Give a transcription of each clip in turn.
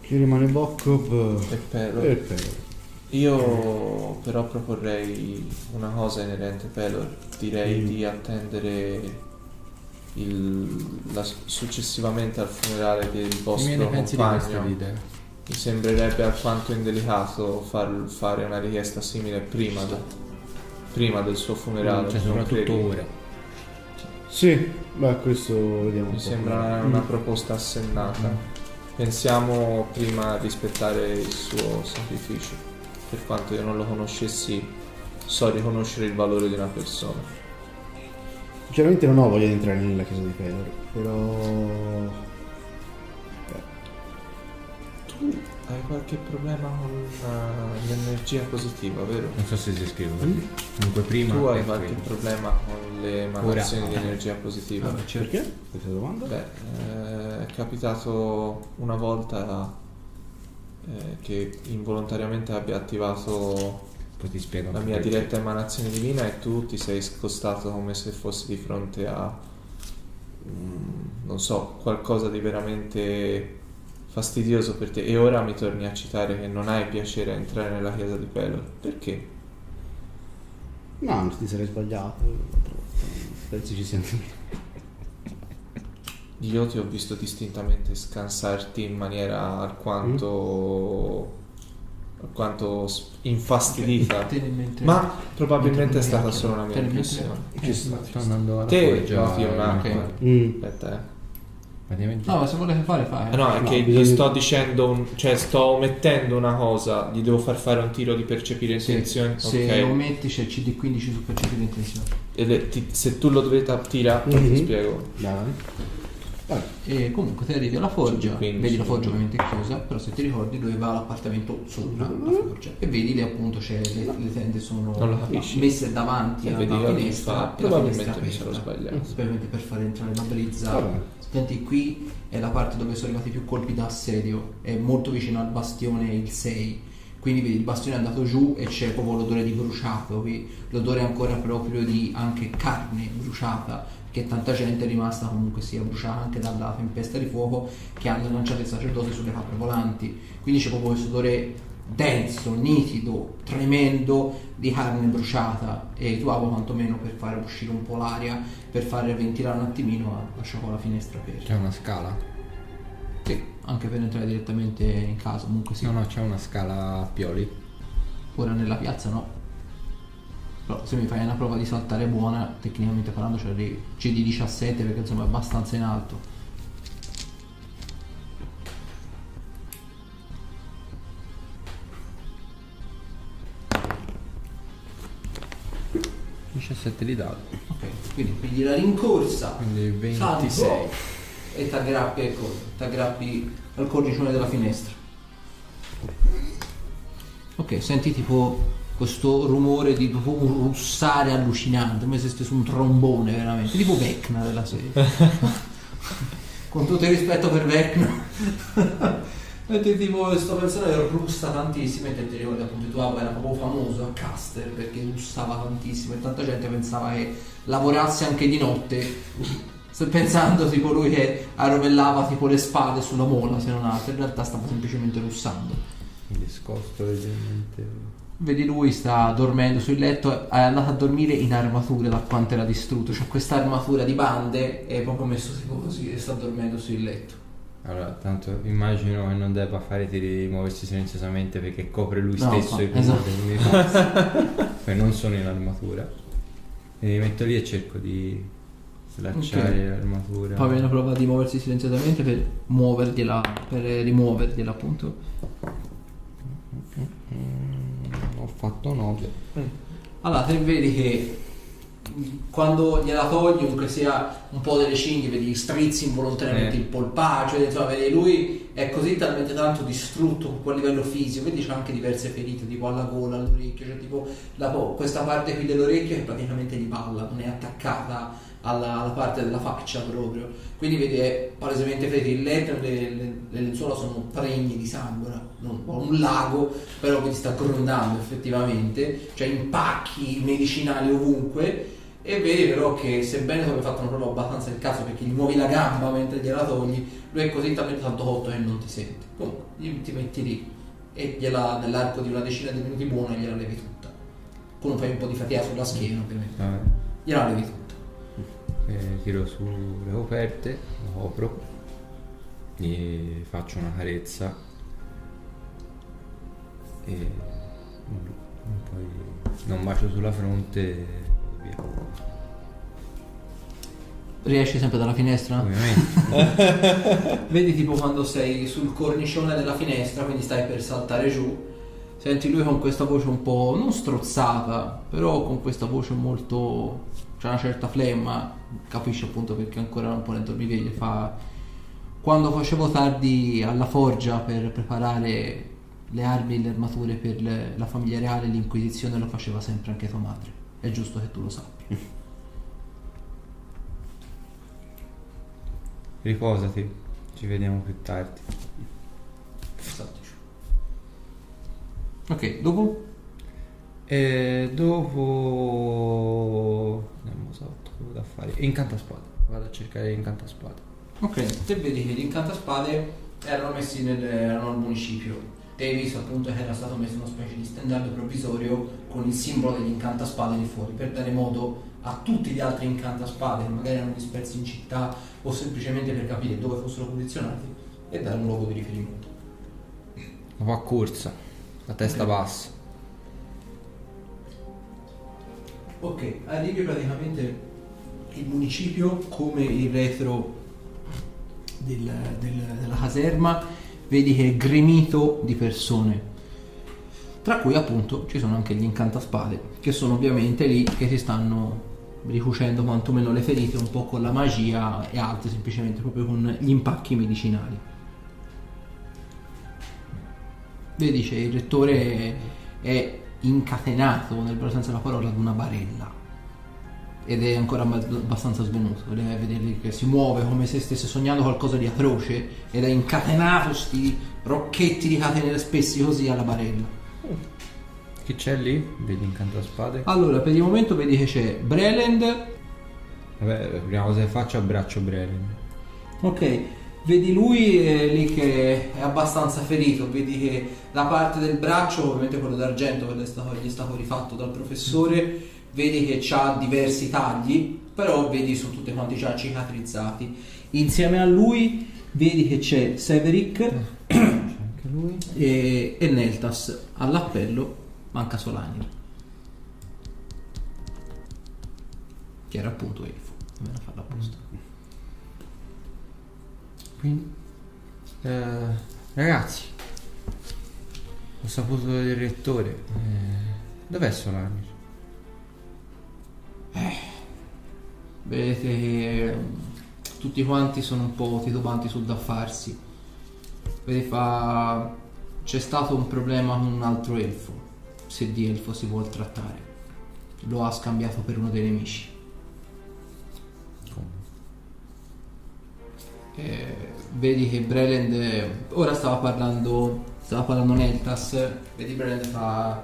Ci rimane Boccop e Pelor. e Pelor. Io però proporrei una cosa inerente a Pelor. Direi di attendere successivamente al funerale del vostro compagno. Mi sembrerebbe alquanto indelicato fare una richiesta simile prima del suo funerale. Cioè soprattutto ora. Sì, beh, questo vediamo. Mi sembra una proposta assennata. Pensiamo prima a rispettare il suo sacrificio. Per quanto io non lo conoscessi, so riconoscere il valore di una persona. Sinceramente non ho voglia di entrare nella chiesa di Pelor, però... Tu hai qualche problema con l'energia positiva, vero? Non so se si scrive così. Comunque prima... Tu hai qualche problema con le emanazioni di energia positiva? Perché? Questa domanda? Beh, è capitato una volta che involontariamente abbia attivato Poi ti spiego la mia diretta emanazione divina e tu ti sei scostato come se fossi di fronte a non so, qualcosa di veramente fastidioso per te, e ora mi torni a citare che non hai piacere a entrare nella chiesa di Pelor. Perché? No, non ti sarei sbagliato. Penso ci sia. Io ti ho visto distintamente scansarti in maniera alquanto infastidita, ma probabilmente è stata solo una mia impressione. Sto andando alla Te forgia. noti un'acqua. Aspetta, Praticamente No, ma se volete fare. no, è che gli sto dicendo cioè sto omettendo una cosa, gli devo far fare un tiro di percepire intenzioni. Se lo metti c'è CD15 su percepire intenzioni. Se tu lo dovete tira, ti spiego. E comunque te arrivi alla forgia, CD15. vedi la forgia ovviamente è chiusa, però se ti ricordi dove va l'appartamento sopra la forgia e vedi lì appunto c'è le tende sono Non lo capisci. messe davanti alla finestra, e la probabilmente finestra mi sarò aperta. sbagliato. Probabilmente per far entrare la brizza. Senti, qui è la parte dove sono arrivati più colpi da assedio, è molto vicino al bastione il 6, quindi vedi il bastione è andato giù e c'è proprio l'odore di bruciato, l'odore ancora proprio di anche carne bruciata, che tanta gente è rimasta comunque sia bruciata anche dalla tempesta di fuoco che hanno lanciato il sacerdote sulle capre volanti, quindi c'è proprio questo odore denso, nitido, tremendo di carne bruciata, e tu apri quantomeno per fare uscire un po' l'aria, per fare ventilare un attimino, lasciavo la finestra aperta. c'è una scala? Sì, anche per entrare direttamente in casa, comunque sì. No, c'è una scala a pioli. Ora nella piazza no. Però se mi fai una prova di saltare buona, tecnicamente parlando c'è dei CD17 perché insomma è abbastanza in alto. 17 di dado. Ok, quindi pigli la rincorsa, Quindi 26. salto, e t'aggrappi al cornicione della finestra. Ok, senti tipo questo rumore di proprio un russare allucinante, come se stesse un trombone veramente, tipo Vecna della serie. Con tutto il rispetto per Vecna. Mentre tipo questa persona russa tantissimo, e ti ricordi appunto il tuo apo era proprio famoso a Caster perché russava tantissimo e tanta gente pensava che lavorasse anche di notte, pensando tipo lui che arrovellava tipo le spade sulla mola se non altro, in realtà stava semplicemente russando. Discosto leggermente. Vedi lui sta dormendo sul letto, è andato a dormire in armatura da quanto era distrutto, c'ha questa armatura di bande e proprio messo tipo così e sta dormendo sul letto. Allora, tanto immagino che non debba fare tiri di muoversi silenziosamente perché copre lui stesso i esatto. Poi non sono in armatura. E mi metto lì e cerco di slacciare l'armatura. Poi viene una prova di muoversi silenziosamente per muovergliela, per rimuovergliela appunto. Ho fatto 9. Allora te vedi che quando gliela togli comunque sia un po' delle cinghie, vedi strizzi involontariamente il polpaccio, insomma vedi lui è così talmente tanto distrutto a livello fisico, vedi c'ha anche diverse ferite tipo alla gola, all'orecchio, cioè tipo questa parte qui dell'orecchio è praticamente di palla, non è attaccata alla parte della faccia proprio, quindi vedi è palesemente ferito, il letto e le lenzuola sono pregni di sangue, un lago, però che ti sta grondando effettivamente, cioè impacchi medicinali ovunque. e vedi però che sebbene tu abbia fatto una prova abbastanza del caso perché gli muovi la gamba mentre gliela togli, lui è così talmente tanto cotto che non ti sente. Comunque ti metti lì e nell'arco di una decina di minuti buona gliela levi tutta. Poi non fai un po' di fatica sulla schiena ovviamente. Gliela levi tutta. Tiro sulle coperte, lo copro e faccio una carezza e poi non bacio sulla fronte e via. Riesci sempre dalla finestra? Ovviamente. Vedi tipo quando sei sul cornicione della finestra, quindi stai per saltare giù, senti lui con questa voce un po' non strozzata, però con questa voce molto, c'è una certa flemma, capisci appunto perché ancora un po' nel dormiveglia, fa: quando facevo tardi alla forgia per preparare le armi e le armature per la famiglia reale, l'inquisizione lo faceva sempre anche tua madre, è giusto che tu lo sappia. Riposati, ci vediamo più tardi. Ok, dopo? E dopo non lo so, cosa da fare. Incantaspade, vado a cercare l'incantaspade. Ok, te vedi che gli incantaspade erano messi erano al municipio. Te hai visto appunto che era stato messo una specie di stendardo provvisorio con il simbolo degli incantaspade lì fuori, per dare modo a tutti gli altri incantaspade che magari erano dispersi in città o semplicemente per capire dove fossero posizionati e dare un luogo di riferimento. Va a corsa, la testa bassa. Ok, arrivi praticamente il municipio come il retro della caserma, vedi che è gremito di persone, tra cui appunto ci sono anche gli incantaspade che sono ovviamente lì che si stanno ricucendo quantomeno le ferite un po' con la magia e altre semplicemente proprio con gli impacchi medicinali. Vedi c'è il rettore è incatenato nel vero senso della parola ad una barella ed è ancora abbastanza svenuto, vederli che si muove come se stesse sognando qualcosa di atroce ed è incatenato sti rocchetti di catene spessi così alla barella. Chi c'è lì degli incantaspade? Allora per il momento vedi che c'è Breland. Vabbè, la prima cosa che faccio è abbraccio Breland. Ok, vedi lui lì che è abbastanza ferito, vedi che la parte del braccio, ovviamente quello d'argento che gli è stato rifatto dal professore, vedi che ha diversi tagli, però vedi sono tutti quanti già cicatrizzati. Insieme a lui vedi che c'è Severick C'è anche lui. e Neltas. All'appello manca Solanir, che era appunto elfo, non a farla apposta. Quindi, ragazzi, ho saputo del rettore. Dov'è Solanir? Vedete che tutti quanti sono un po' titubanti sul da farsi. Vedete c'è stato un problema con un altro elfo, se di elfo si vuol trattare. Lo ha scambiato per uno dei nemici. Vedi che Breland ora stava parlando Neltas. Vedi Breland fa: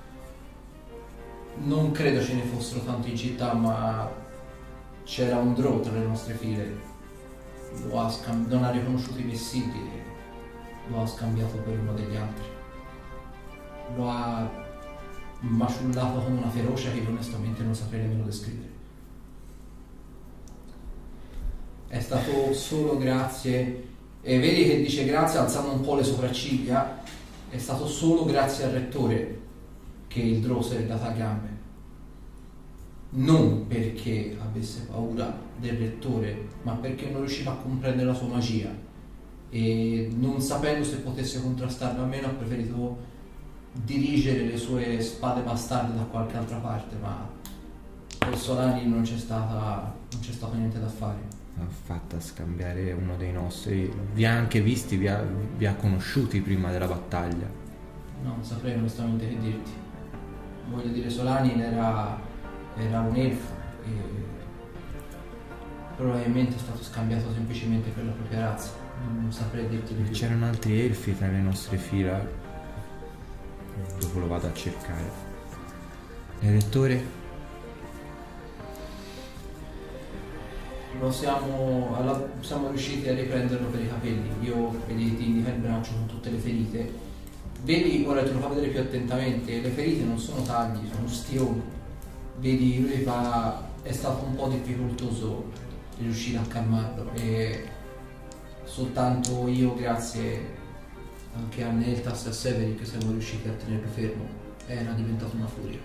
non credo ce ne fossero tanti in città, ma c'era un drow tra le nostre file, non ha riconosciuto i vestiti e lo ha scambiato per uno degli altri, lo ha maciullato con una ferocia che io onestamente non saprei nemmeno descrivere. È stato solo grazie, e vedi che dice grazie alzando un po' le sopracciglia, è stato solo grazie al rettore che il drow si è dato a gambe, non perché avesse paura del rettore, ma perché non riusciva a comprendere la sua magia e non sapendo se potesse contrastarla o meno ha preferito dirigere le sue spade bastarde da qualche altra parte, ma per Solani non c'è stato niente da fare. Ha fatto scambiare uno dei nostri. Vi ha anche visti, vi ha conosciuti prima della battaglia. No, non saprei onestamente che dirti. Voglio dire, Solani era un elfo e probabilmente è stato scambiato semplicemente per la propria razza. Non saprei dirti di più. C'erano altri elfi tra le nostre fila. Dopo lo vado a cercare. Il rettore? siamo riusciti a riprenderlo per i capelli. Io, vedi, ti indica il braccio con tutte le ferite. Vedi, ora te lo fa vedere più attentamente, le ferite non sono tagli, sono ustioni. Vedi, lui è stato un po' difficoltoso riuscire a calmarlo e soltanto io, grazie anche a Neltas e a Severi, che siamo riusciti a tenerlo fermo. Era diventato una furia.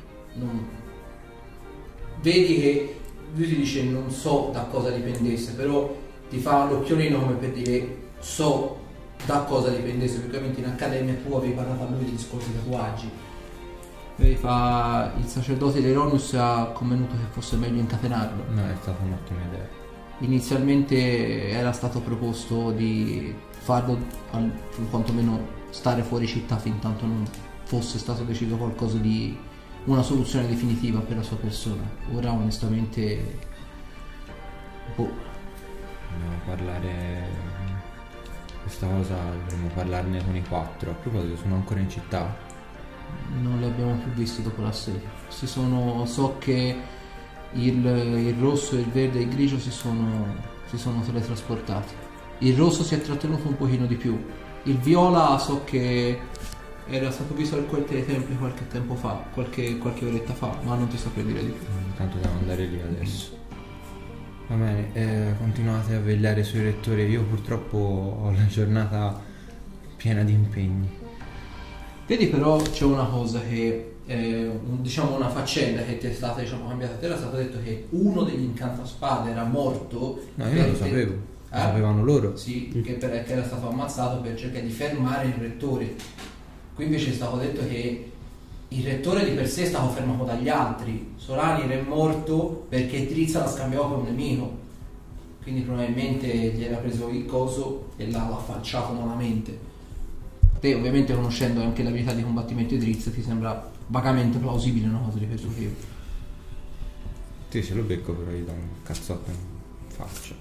Vedi che lui ti dice non so da cosa dipendesse, però ti fa l'occhiolino come per dire so da cosa dipendesse, perché ovviamente in accademia tu avevi parlato a lui di discorsi di tatuaggi. Lui fa il sacerdote di Eronius ha convenuto che fosse meglio incatenarlo. No, è stata un'ottima idea. Inizialmente era stato proposto di farlo quantomeno stare fuori città fin tanto non fosse stato deciso qualcosa di una soluzione definitiva per la sua persona. Ora onestamente dobbiamo parlare questa cosa, dovremmo parlarne con i 4. A proposito, sono ancora in città? Non li abbiamo più visti dopo l'assedio. So che il rosso, il verde e il grigio si sono teletrasportati. Il rosso si è trattenuto un pochino di più. Il viola so che era stato visto al Quartiere dei Templi qualche tempo fa, qualche oretta fa, ma non ti saprei dire di più. Intanto devo andare lì adesso. Va bene, continuate a vegliare sui rettori. Io purtroppo ho la giornata piena di impegni. Vedi, però c'è una cosa che una faccenda che ti è stata cambiata. Ti era stato detto che uno degli incantaspade era morto. No, io non lo sapevo. Lo sapevano loro? Sì, che era stato ammazzato per cercare di fermare il rettore. Qui invece è stato detto che il rettore di per sé è stato fermato dagli altri. Solanir è morto perché Drizzt l'ha scambiato per un nemico. Quindi probabilmente gli era preso il coso e l'ha falciato malamente. Te ovviamente, conoscendo anche l'abilità di combattimento di Drizzt, ti sembra vagamente plausibile una cosa di questo tipo. Sì, se lo becco però gli do un cazzotto in faccia.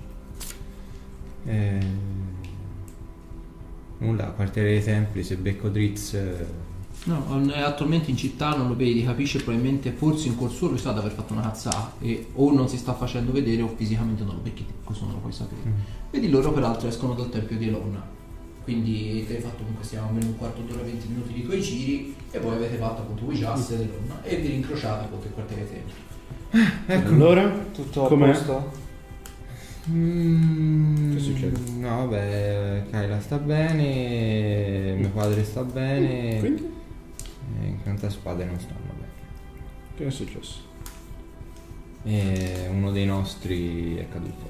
Nulla, Quartiere dei Templi, se becco Drizzt... No, è attualmente in città, non lo vedi, capisce probabilmente, forse in cuor suo lui sa di aver fatto una cazzata e o non si sta facendo vedere o fisicamente non lo becchi, questo non lo puoi sapere. Vedi, loro peraltro escono dal tempio di Elonna, quindi te hai fatto comunque stiamo almeno un quarto d'ora, 20 minuti di tuoi giri e voi avete fatto appunto Wijas ed Elonna e vi rincrociate con il Quartiere dei Templi. Ecco. Allora, tutto a com'è? posto? Che succede? No, vabbè, Kyla sta bene, mio padre sta bene. Quindi? Incantaspade non stanno bene. Che è successo? E uno dei nostri è caduto.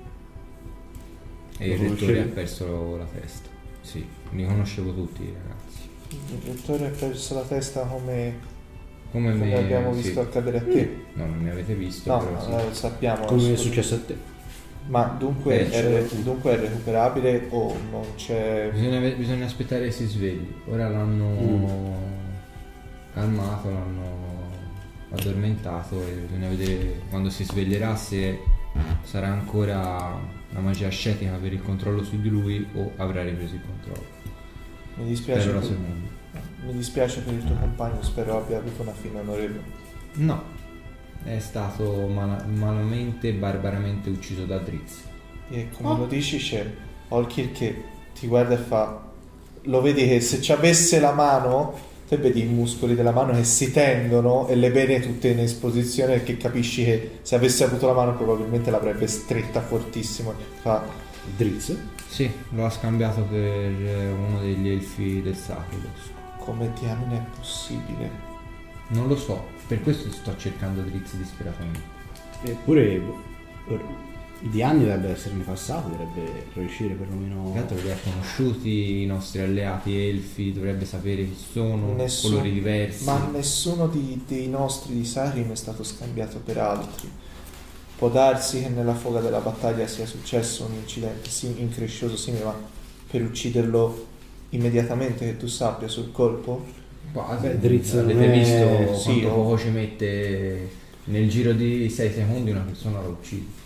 E Lo il rettore conoscevi? ha perso la testa. Sì, li conoscevo tutti i ragazzi. Il rettore ha perso la testa come Come abbiamo visto accadere a te. No, non mi avete visto, No, però sì. lo sappiamo. Come è successo a te? Ma dunque, Beh, è recuperabile o non c'è... Bisogna aspettare che si svegli. Ora l'hanno calmato, l'hanno addormentato e bisogna vedere quando si sveglierà se sarà ancora la magia ascetica per il controllo su di lui o avrà ripreso il controllo. Mi dispiace, Spero la per, seconda. mi dispiace per il tuo compagno, spero abbia avuto una fine onorevole. No, è stato malamente e barbaramente ucciso da Drizzt. E come lo dici c'è Olkir che ti guarda e fa... Lo vedi che se ci avesse la mano, te vedi i muscoli della mano che si tendono e le vene tutte in esposizione, perché capisci che se avesse avuto la mano probabilmente l'avrebbe stretta fortissimo. Fa... Drizzt? Sì, lo ha scambiato per uno degli elfi del Sacro. Come diamine è possibile? Non lo so, per questo sto cercando Drizzt disperatamente. Eppure di anni dovrebbe esserne passato, dovrebbe riuscire perlomeno... Tra l'altro li ha conosciuti i nostri alleati elfi, dovrebbe sapere chi sono, colori diversi. Ma nessuno dei nostri di Sarim è stato scambiato per altri. Può darsi che nella foga della battaglia sia successo un incidente increscioso simile, ma per ucciderlo immediatamente, che tu sappia, sul colpo? Beh, Drizzt avete non è- visto sì, quanto oh. poco ci mette nel giro di 6 secondi una persona lo uccide.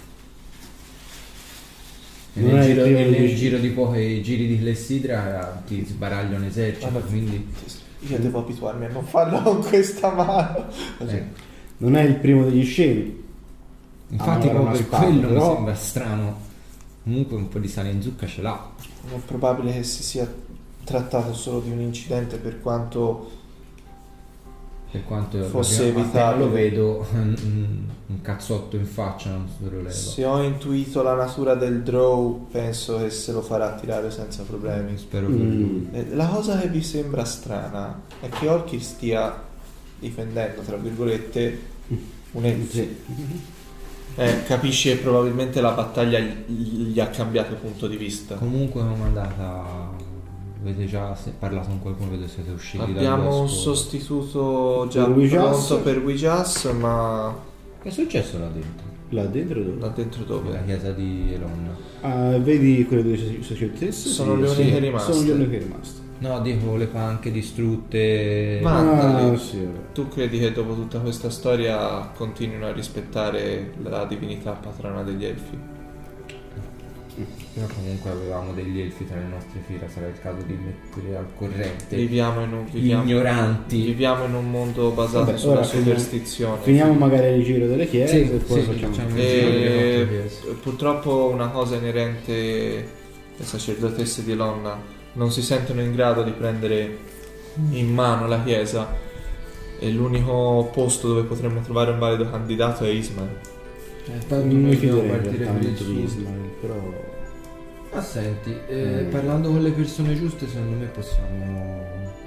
E Non è il primo nel di- giro di pochi giri di Clessidra ti sbaraglia un esercito, Allora, quindi Io devo abituarmi a non farlo con questa mano. ecco. Non è il primo degli scemi. Infatti non proprio una per spada, quello mi però- sembra strano. Comunque un po' di sale in zucca ce l'ha. Non è probabile che si sia trattato solo di un incidente, per quanto Per quanto fosse appena evitabile. lo vedo un cazzotto in faccia non se lo leva. Se ho intuito la natura del draw, penso che se lo farà tirare senza problemi. Spero per lui. La cosa che vi sembra strana è che Orchid stia difendendo, tra virgolette, un elfo. Sì. Capisce che probabilmente la battaglia gli ha cambiato punto di vista. Comunque come è andata? Avete già parlato con qualcuno? Vedo siete usciti dal Abbiamo un bosco. sostituto già Per Wijas. pronto per Wijas, ma Che è successo là dentro? Là dentro dove? da dentro La dove? chiesa di Elonna. Vedi quelle due sacerdotesse? Sono le uniche rimaste. Sono le uniche rimaste. No, dico le panche distrutte. Ma- Mandali. Sì, vabbè. Tu credi che dopo tutta questa storia continuino a rispettare la divinità patrona degli elfi? Però comunque avevamo degli elfi tra le nostre fila, sarà il caso di mettere al corrente Viviamo in un, gli viviamo, ignoranti. viviamo in un mondo basato Vabbè, sulla ora superstizione. Finiamo magari il giro delle chiese Sì, e poi sì, facciamo facciamo il il giro delle E nostre chiese. purtroppo una cosa inerente alle sacerdotesse di Elonna: non si sentono in grado di prendere in mano la chiesa, e l'unico posto dove potremmo trovare un valido candidato è Ismael. Tanto Non mi noi dobbiamo fiderei partire per il esattamente di sud. Ismael, però... Ah, senti, parlando con le persone giuste, secondo me possiamo.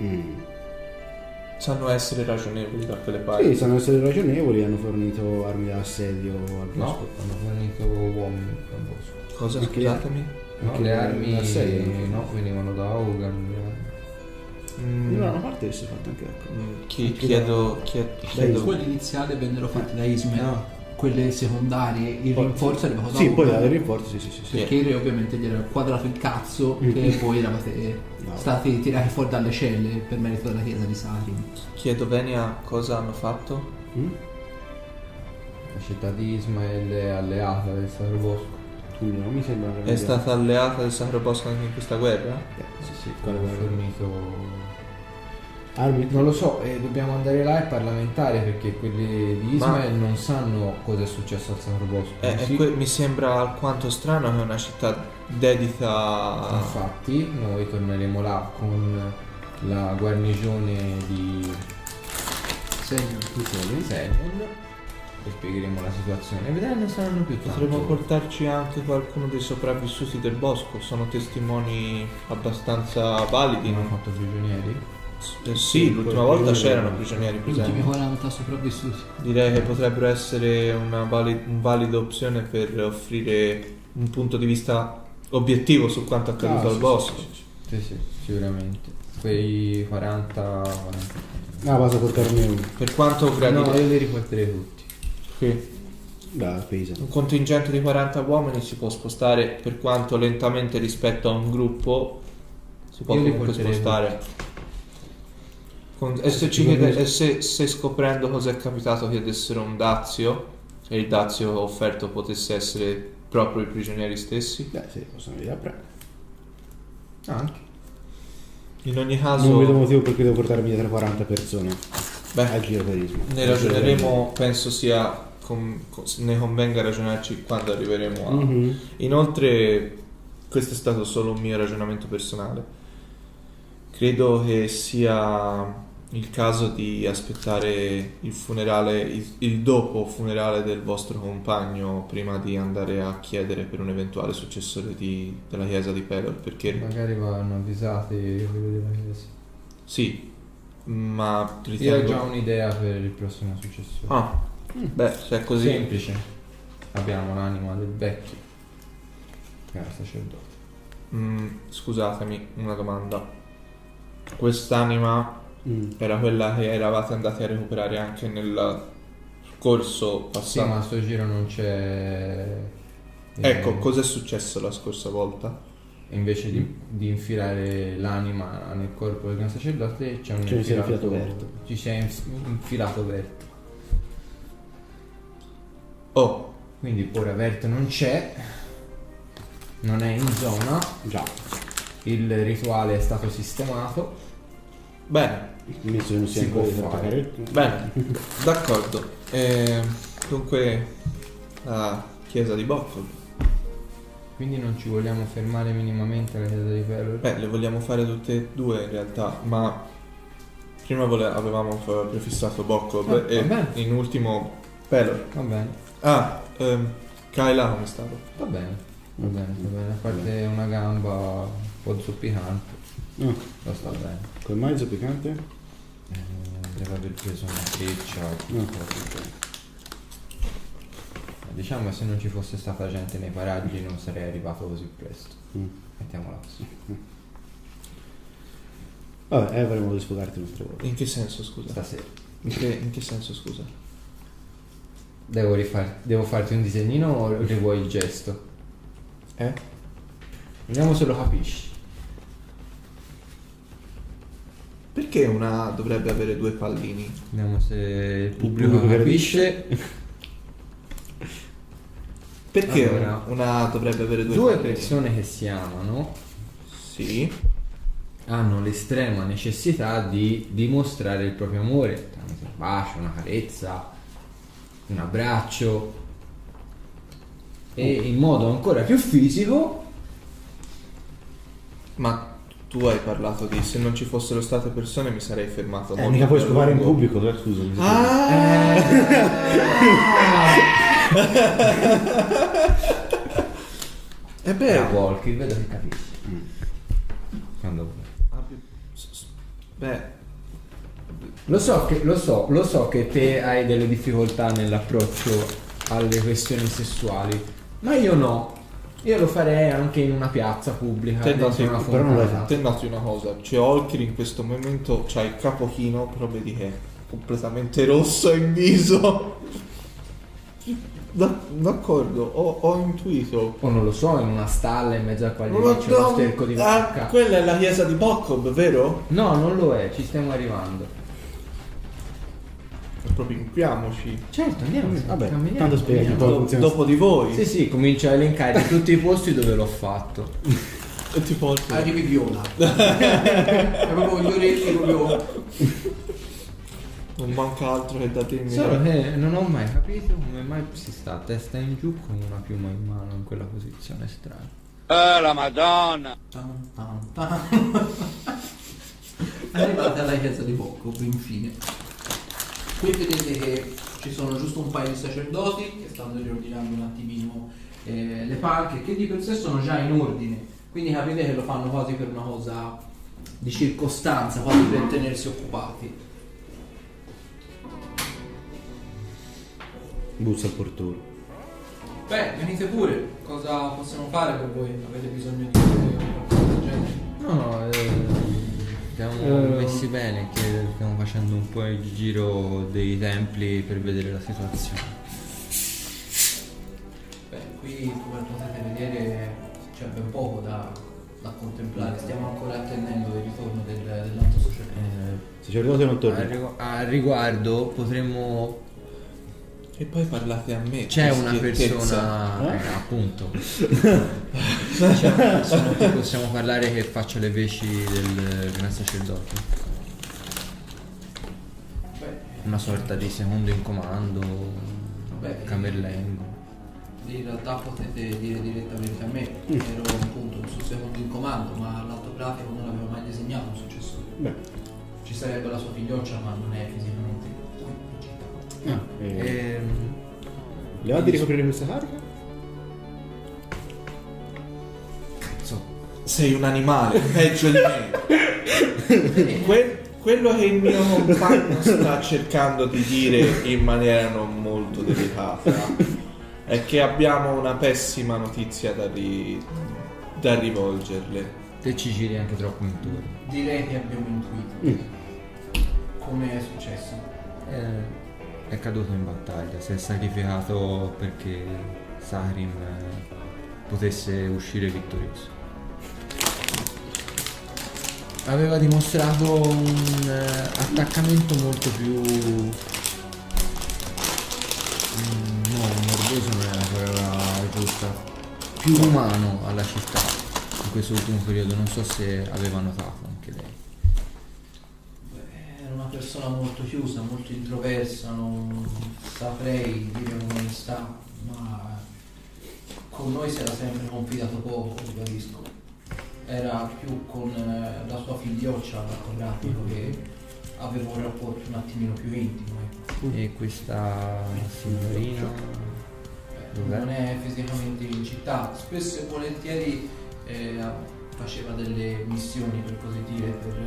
Sanno essere ragionevoli da quelle parti. Sì, sanno essere ragionevoli, hanno fornito armi da assedio al No, bosco. hanno fornito uomini al bosco. Cosa, Anche scusatemi? No, Anche le armi d'assedio, no, venivano da Hogan. Mm, No, una parte si è fatta anche ecco. chiedo Quelle iniziali vennero fatte da Ismael, No. quelle secondarie, il Poi- rinforzo arriva da Sì, poi Hogan, dare rinforzi, sì. perché il re ovviamente gli era quadrato il cazzo che voi eravate No. stati tirati fuori dalle celle per merito della chiesa di Sarim. chiedo Venia cosa hanno fatto. Mm? La città di Ismael è alleata del Sacro Bosco. Quindi non mi sembra È stata alleata del Sacro Bosco anche in questa guerra? Sì, sì, Quale hanno guerra? fornito. Armi? Non lo so, dobbiamo andare là e parlamentare perché quelli di Ismael non sanno cosa è successo al Sacro Bosco. Sì. Mi sembra alquanto strano che una città dedita Infatti noi torneremo là con la guarnigione di Selon e spiegheremo la situazione e vedrai non saranno più tanto. Potremmo portarci anche qualcuno dei sopravvissuti del bosco, sono testimoni abbastanza validi. Hanno fatto prigionieri. Sì, l'ultima volta c'erano prigionieri Gli ultimi presenti. 40 sopravvissuti. Direi che potrebbero essere una valida opzione per offrire un punto di vista obiettivo su quanto accaduto al bosco. Sì, sicuramente. Quei 40. Basta portarne uno. Per quanto No, gradirei io li riporterei tutti. che Da Pisa. un contingente di 40 uomini si può spostare, per quanto lentamente rispetto a un gruppo, si può Io li comunque porterei spostare. E se, se scoprendo cosa è capitato chiedessero un dazio e il dazio offerto potesse essere proprio i prigionieri stessi, Beh, sì, possono venire a prendere. Anche. in ogni Non vedo caso motivo perché devo portarmi dietro 40 persone beh, al giro per Isma. ne ragioneremo, penso sia ne convenga ragionarci quando arriveremo a... Mhm. Inoltre questo è stato solo un mio ragionamento personale, credo che sia il caso di aspettare il funerale, il dopo funerale del vostro compagno prima di andare a chiedere per un eventuale successore della chiesa di Pelor, perché Magari vanno avvisati quelli della chiesa. sì, ma Io ho ritengo... già un'idea per il prossimo successore. Ah, beh, se è così... Semplice. Abbiamo l'anima del vecchio. Che era sacerdote. Scusatemi, una domanda. Quest'anima era quella che eravate andati a recuperare anche nel corso Sì, passato? ma a sto giro non c'è. Ecco, cos'è successo la scorsa volta? Invece di infilare l'anima nel corpo del gran sacerdote c'è un Ci si è infilato Verto. Ci si è infilato Verto. Oh, Quindi ora Verto non c'è, non è in zona, Già. il rituale è stato sistemato. bene, Messo che non Si sia ancora può di fare. attaccare il... bene, d'accordo. Dunque, la chiesa di Bokkov. Quindi non ci vogliamo fermare minimamente alla chiesa di Pelor? Beh, le vogliamo fare tutte e due in realtà, ma prima avevamo prefissato Bokkov e va bene. in ultimo Pelor. Va bene, Kyla come stato? va bene, va bene, va bene. A parte una gamba un po' zoppicante, No. lo sta bene. Come mai zoppicante? Deve aver preso una freccia. No. Diciamo che se non ci fosse stata gente nei paraggi non sarei arrivato così presto. Mettiamola così. Vabbè, avremo modo di sfogarti un'altra volta. In che senso, scusa? Stasera. In che senso, scusa? Devo farti un disegnino o rivuoi il gesto? Vediamo se lo capisci. Perché una dovrebbe avere due pallini? Vediamo se il pubblico pubblico capisce. Perché Allora, una dovrebbe avere Due pallini? persone che si amano Sì. hanno l'estrema necessità di dimostrare il proprio amore tramite un bacio, una carezza, un abbraccio e in modo ancora più fisico. Ma tu hai parlato di se non ci fossero state persone mi sarei fermato molto Mica puoi più a scopare in lungo. pubblico, dove scusa. E beh, Walker, vedo che capisci. Quando vuoi. beh, Lo so che te hai delle difficoltà nell'approccio alle questioni sessuali, ma io no. Io lo farei anche in una piazza pubblica, Te dentro noti- una però non l'hai fontana. te noti una cosa, c'è Olkir in questo momento, c'ha il capo chino, però vedi che è completamente rosso in viso. D'accordo, ho intuito. O non lo so, in una stalla in mezzo a quali c'è uno sterco di vacca. Quella è la chiesa di Bokkov, vero? No, non lo è, ci stiamo arrivando. Proprio inquiamoci. Certo, andiamo. Vabbè, camminiamo, tanto spiegati camminiamo. come funziona. Dopo di voi. Sì, sì, comincio a elencare tutti i posti dove l'ho fatto. E ti porto. Arrivi viola. È proprio gli orecchi proprio. Non manca altro che da te. Solo che non ho mai capito come mai si sta a testa in giù con una piuma in mano in quella posizione strana. La Madonna! Tan, tan, tan. Arrivate alla chiesa di Bokkov, infine. Qui vedete che ci sono giusto un paio di sacerdoti che stanno riordinando un attimino le panche, che di per sé sono già in ordine, quindi capite che lo fanno quasi per una cosa di circostanza, quasi per tenersi occupati. Bussa al portone. Beh, venite pure, cosa possiamo fare per voi? Avete bisogno di qualcosa del genere? No, siamo messi bene che stiamo facendo un po' il giro dei templi per vedere la situazione. Beh, qui come potete vedere c'è ben poco da contemplare, stiamo ancora attendendo il ritorno dell'altro sacerdote. Sacerdote non torna. A riguardo potremmo... E poi parlate a me. C'è che una schiettezza. persona, appunto. C'è una persona con cui possiamo parlare che faccia le veci del gran sacerdote. Beh, Una sorta di secondo in comando, Beh, camerlengo. in realtà potete dire direttamente a me, ero appunto il suo secondo in comando, ma l'altro pratico non aveva mai disegnato un successore. Beh. Ci sarebbe la sua figlioccia, ma non è fisicamente qui in città. Le va di ricoprire questa carica? Cazzo. Sei un animale, peggio di me. Quello che il mio compagno sta cercando di dire in maniera non molto delicata è che abbiamo una pessima notizia da rivolgerle. Te ci giri anche troppo intorno. Direi che abbiamo intuito. Come è successo? È caduto in battaglia, si è sacrificato perché Saharim potesse uscire vittorioso. Aveva dimostrato un attaccamento molto più... no, morboso non è la parola giusta. Più umano alla città in questo ultimo periodo, non so se aveva notato anche lei. Era una persona molto chiusa, molto introversa, non saprei dire come sta. ma con noi si era sempre confidato poco, capisco. Era più con la sua figlioccia, l'autografico, che aveva un rapporto un attimino più intimo. Ecco. E questa signorina Non è fisicamente in città, spesso e volentieri faceva delle missioni, per così dire,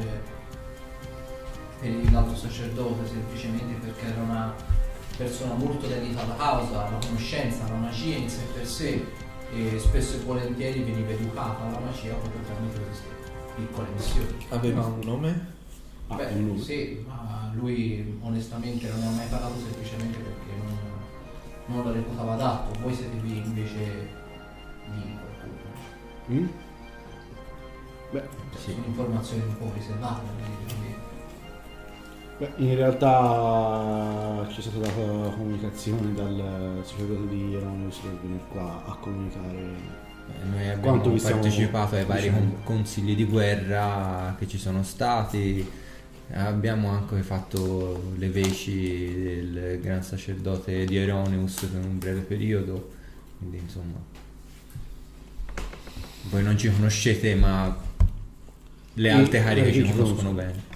per l'alto sacerdote, semplicemente perché era una persona molto dedita alla causa, alla conoscenza, alla magia in sé per sé, e spesso e volentieri veniva educata alla magia proprio tramite queste piccole missioni. Aveva un nome? Beh, sì, ma lui onestamente non ne ha mai parlato, semplicemente perché non lo reputava adatto. Voi siete qui invece di qualcuno. Beh, Sono informazioni un po' riservate, quindi in realtà c'è stata data comunicazione dal sacerdote di Hieronymus per venire qua a comunicare. Noi abbiamo Quanto vi stiamo partecipato ai vari dicendo? consigli di guerra che ci sono stati, abbiamo anche fatto le veci del gran sacerdote di Hieronymus per un breve periodo, quindi insomma voi non ci conoscete, ma le alte cariche ci conoscono bene.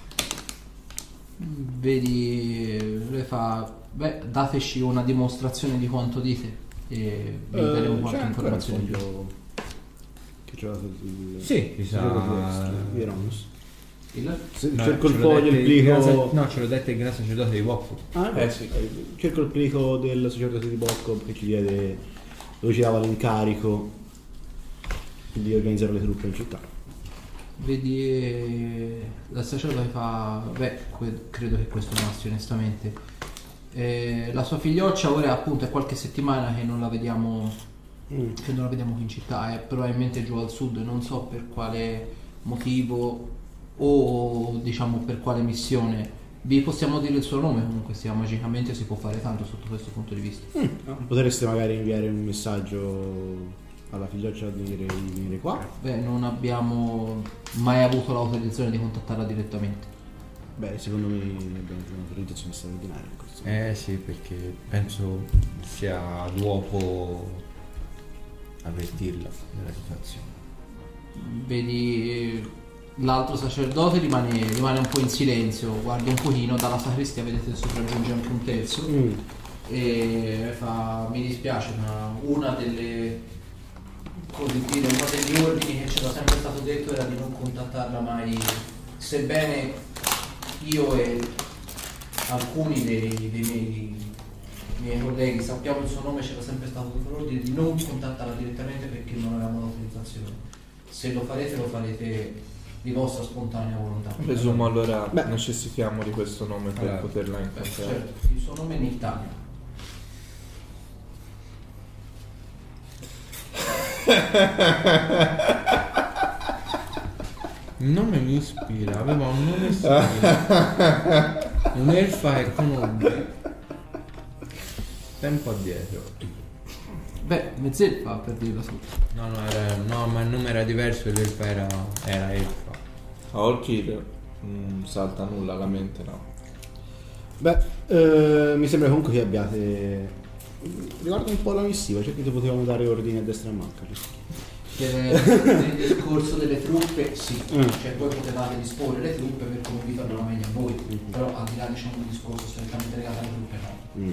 vedi, le fa, beh, dateci una dimostrazione di quanto dite e vi daremo C'è qualche ancora il informazione in più. foglio che c'è dato il Sì, ci sa. di Hieronymus. Il? Cerco il foglio, il plico. No, ce l'ho detto il gran sacerdote di Bocco. Sì. Cerco il plico del sacerdote di Bocco che ci diede, dove ci dava l'incarico di organizzare le truppe in città. Vedi, la sacerdote fa, beh, credo che questo basti onestamente. La sua figlioccia ora appunto è qualche settimana che non la vediamo, che non la vediamo qui in città, è probabilmente giù al sud, non so per quale motivo o diciamo per quale missione. Vi possiamo dire il suo nome, comunque sia magicamente si può fare tanto sotto questo punto di vista. Potreste magari inviare un messaggio alla figlioccia di venire qua? Beh, non abbiamo mai avuto l'autorizzazione di contattarla direttamente. Beh, secondo me abbiamo un'autorizzazione straordinaria in questo. Sì, perché penso sia l'uopo avvertirla della situazione. Vedi, l'altro sacerdote rimane un po' in silenzio, guarda un pochino, dalla sacrestia vedete sopraggiunge anche un terzo e fa, mi dispiace, ma uno degli ordini che ci era sempre stato detto era di non contattarla mai, sebbene io e alcuni dei miei colleghi sappiamo il suo nome, c'era sempre stato l'ordine di non contattarla direttamente perché non avevamo l'autorizzazione. Se lo farete di vostra spontanea volontà. Presumo allora necessitiamo di questo nome per Allora, poterla incontrare. Certo, il suo nome è Nictanio. Il nome mi ispira, aveva un nome simile. Un'elfa che conobbi tempo addietro. Beh, mezzelfa per dirla tutta. No, ma il nome era diverso e l'elfa era elfa. A Olkir salta nulla alla mente, no? Beh, mi sembra comunque che abbiate. Riguarda un po' la missiva, cioè che potevamo dare ordini a destra e a manca. Nel discorso delle truppe, sì, cioè voi potevate disporre le truppe per come vi tornava meglio a voi, però al di là diciamo un discorso strettamente legato alle truppe no.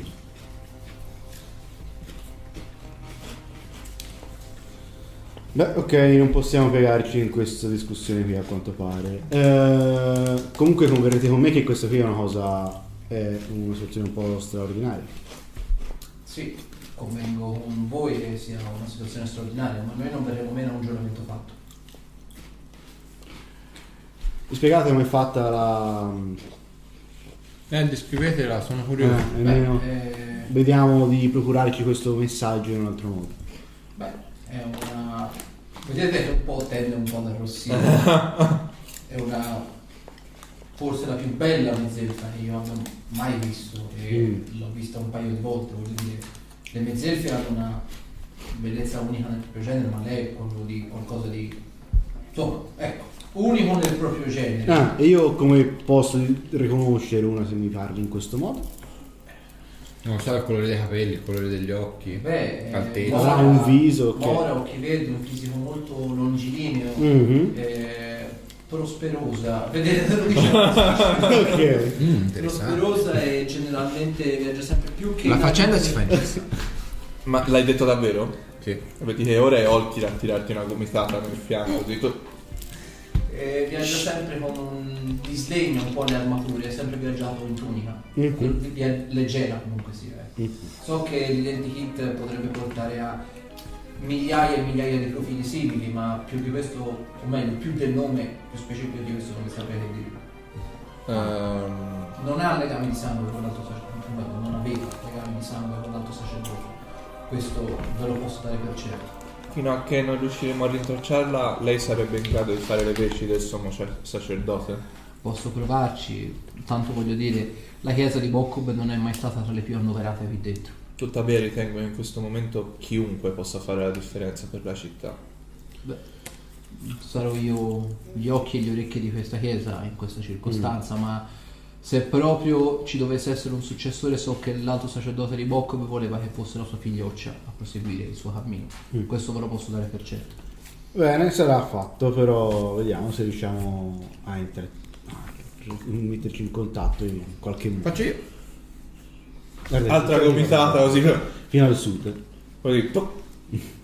Beh, ok, non possiamo piegarci in questa discussione qui a quanto pare. Comunque converrete con me che questa qui è una situazione un po' straordinaria. Sì, convengo con voi che sia una situazione straordinaria, ma noi non verremo meno a un giuramento fatto. Mi spiegate come è fatta la. Descrivetela, sono curioso. Almeno vediamo di procurarci questo messaggio in un altro modo. Beh, è una. Vedete che un po' tende un po' ad arrossire. È una. Forse la più bella mezzelfa che io abbia mai visto. E l'ho vista un paio di volte, voglio dire. Le mezzelfe hanno una bellezza unica nel proprio genere, ma lei è quello di qualcosa di. Insomma, ecco, unico nel proprio genere. E io come posso riconoscere una se mi parli in questo modo? Non so il colore dei capelli, il colore degli occhi, Beh, altezza. Avrà un viso che- Mora, occhi verdi, un fisico molto longilineo, Mhm. prosperosa. Vedete, lo diciamo. Ok. Interessante. Prosperosa e generalmente viaggia sempre più che... La in faccenda abiti- si fa in testa. Ma l'hai detto davvero? Sì. Vedi che ora è Olkir a tirarti una gomitata nel fianco. Dico, Viaggia sempre con un disdegno un po' alle armature, è sempre viaggiato in tunica. Mhm. Leggera comunque sia. Mhm. So che l'identikit potrebbe portare a migliaia e migliaia di profili simili, ma più di questo, o meglio, più del nome, più specifico di questo non mi saprei dire. Non ha legami di sangue con l'altro sacerdote, non aveva legami di sangue con l'altro sacerdote. Questo ve lo posso dare per certo. fino a che non riusciremo a rintracciarla, lei sarebbe in grado di fare le veci del sommo sacerdote? Posso provarci, tanto voglio dire, la chiesa di Bokkub non è mai stata tra le più annoverate qui dentro. Tuttavia ritengo che in questo momento chiunque possa fare la differenza per la città. Beh, sarò io gli occhi e le orecchie di questa chiesa in questa circostanza, ma se proprio ci dovesse essere un successore, so che l'alto sacerdote di Bokkub voleva che fosse la sua figlioccia a proseguire il suo cammino. Questo ve lo posso dare per certo. Bene, sarà fatto, però vediamo se riusciamo a metterci in contatto in qualche modo. Faccio io. Guarda, Altra cerchiamo di gomitata fare- così. fino al sud. Così. toc.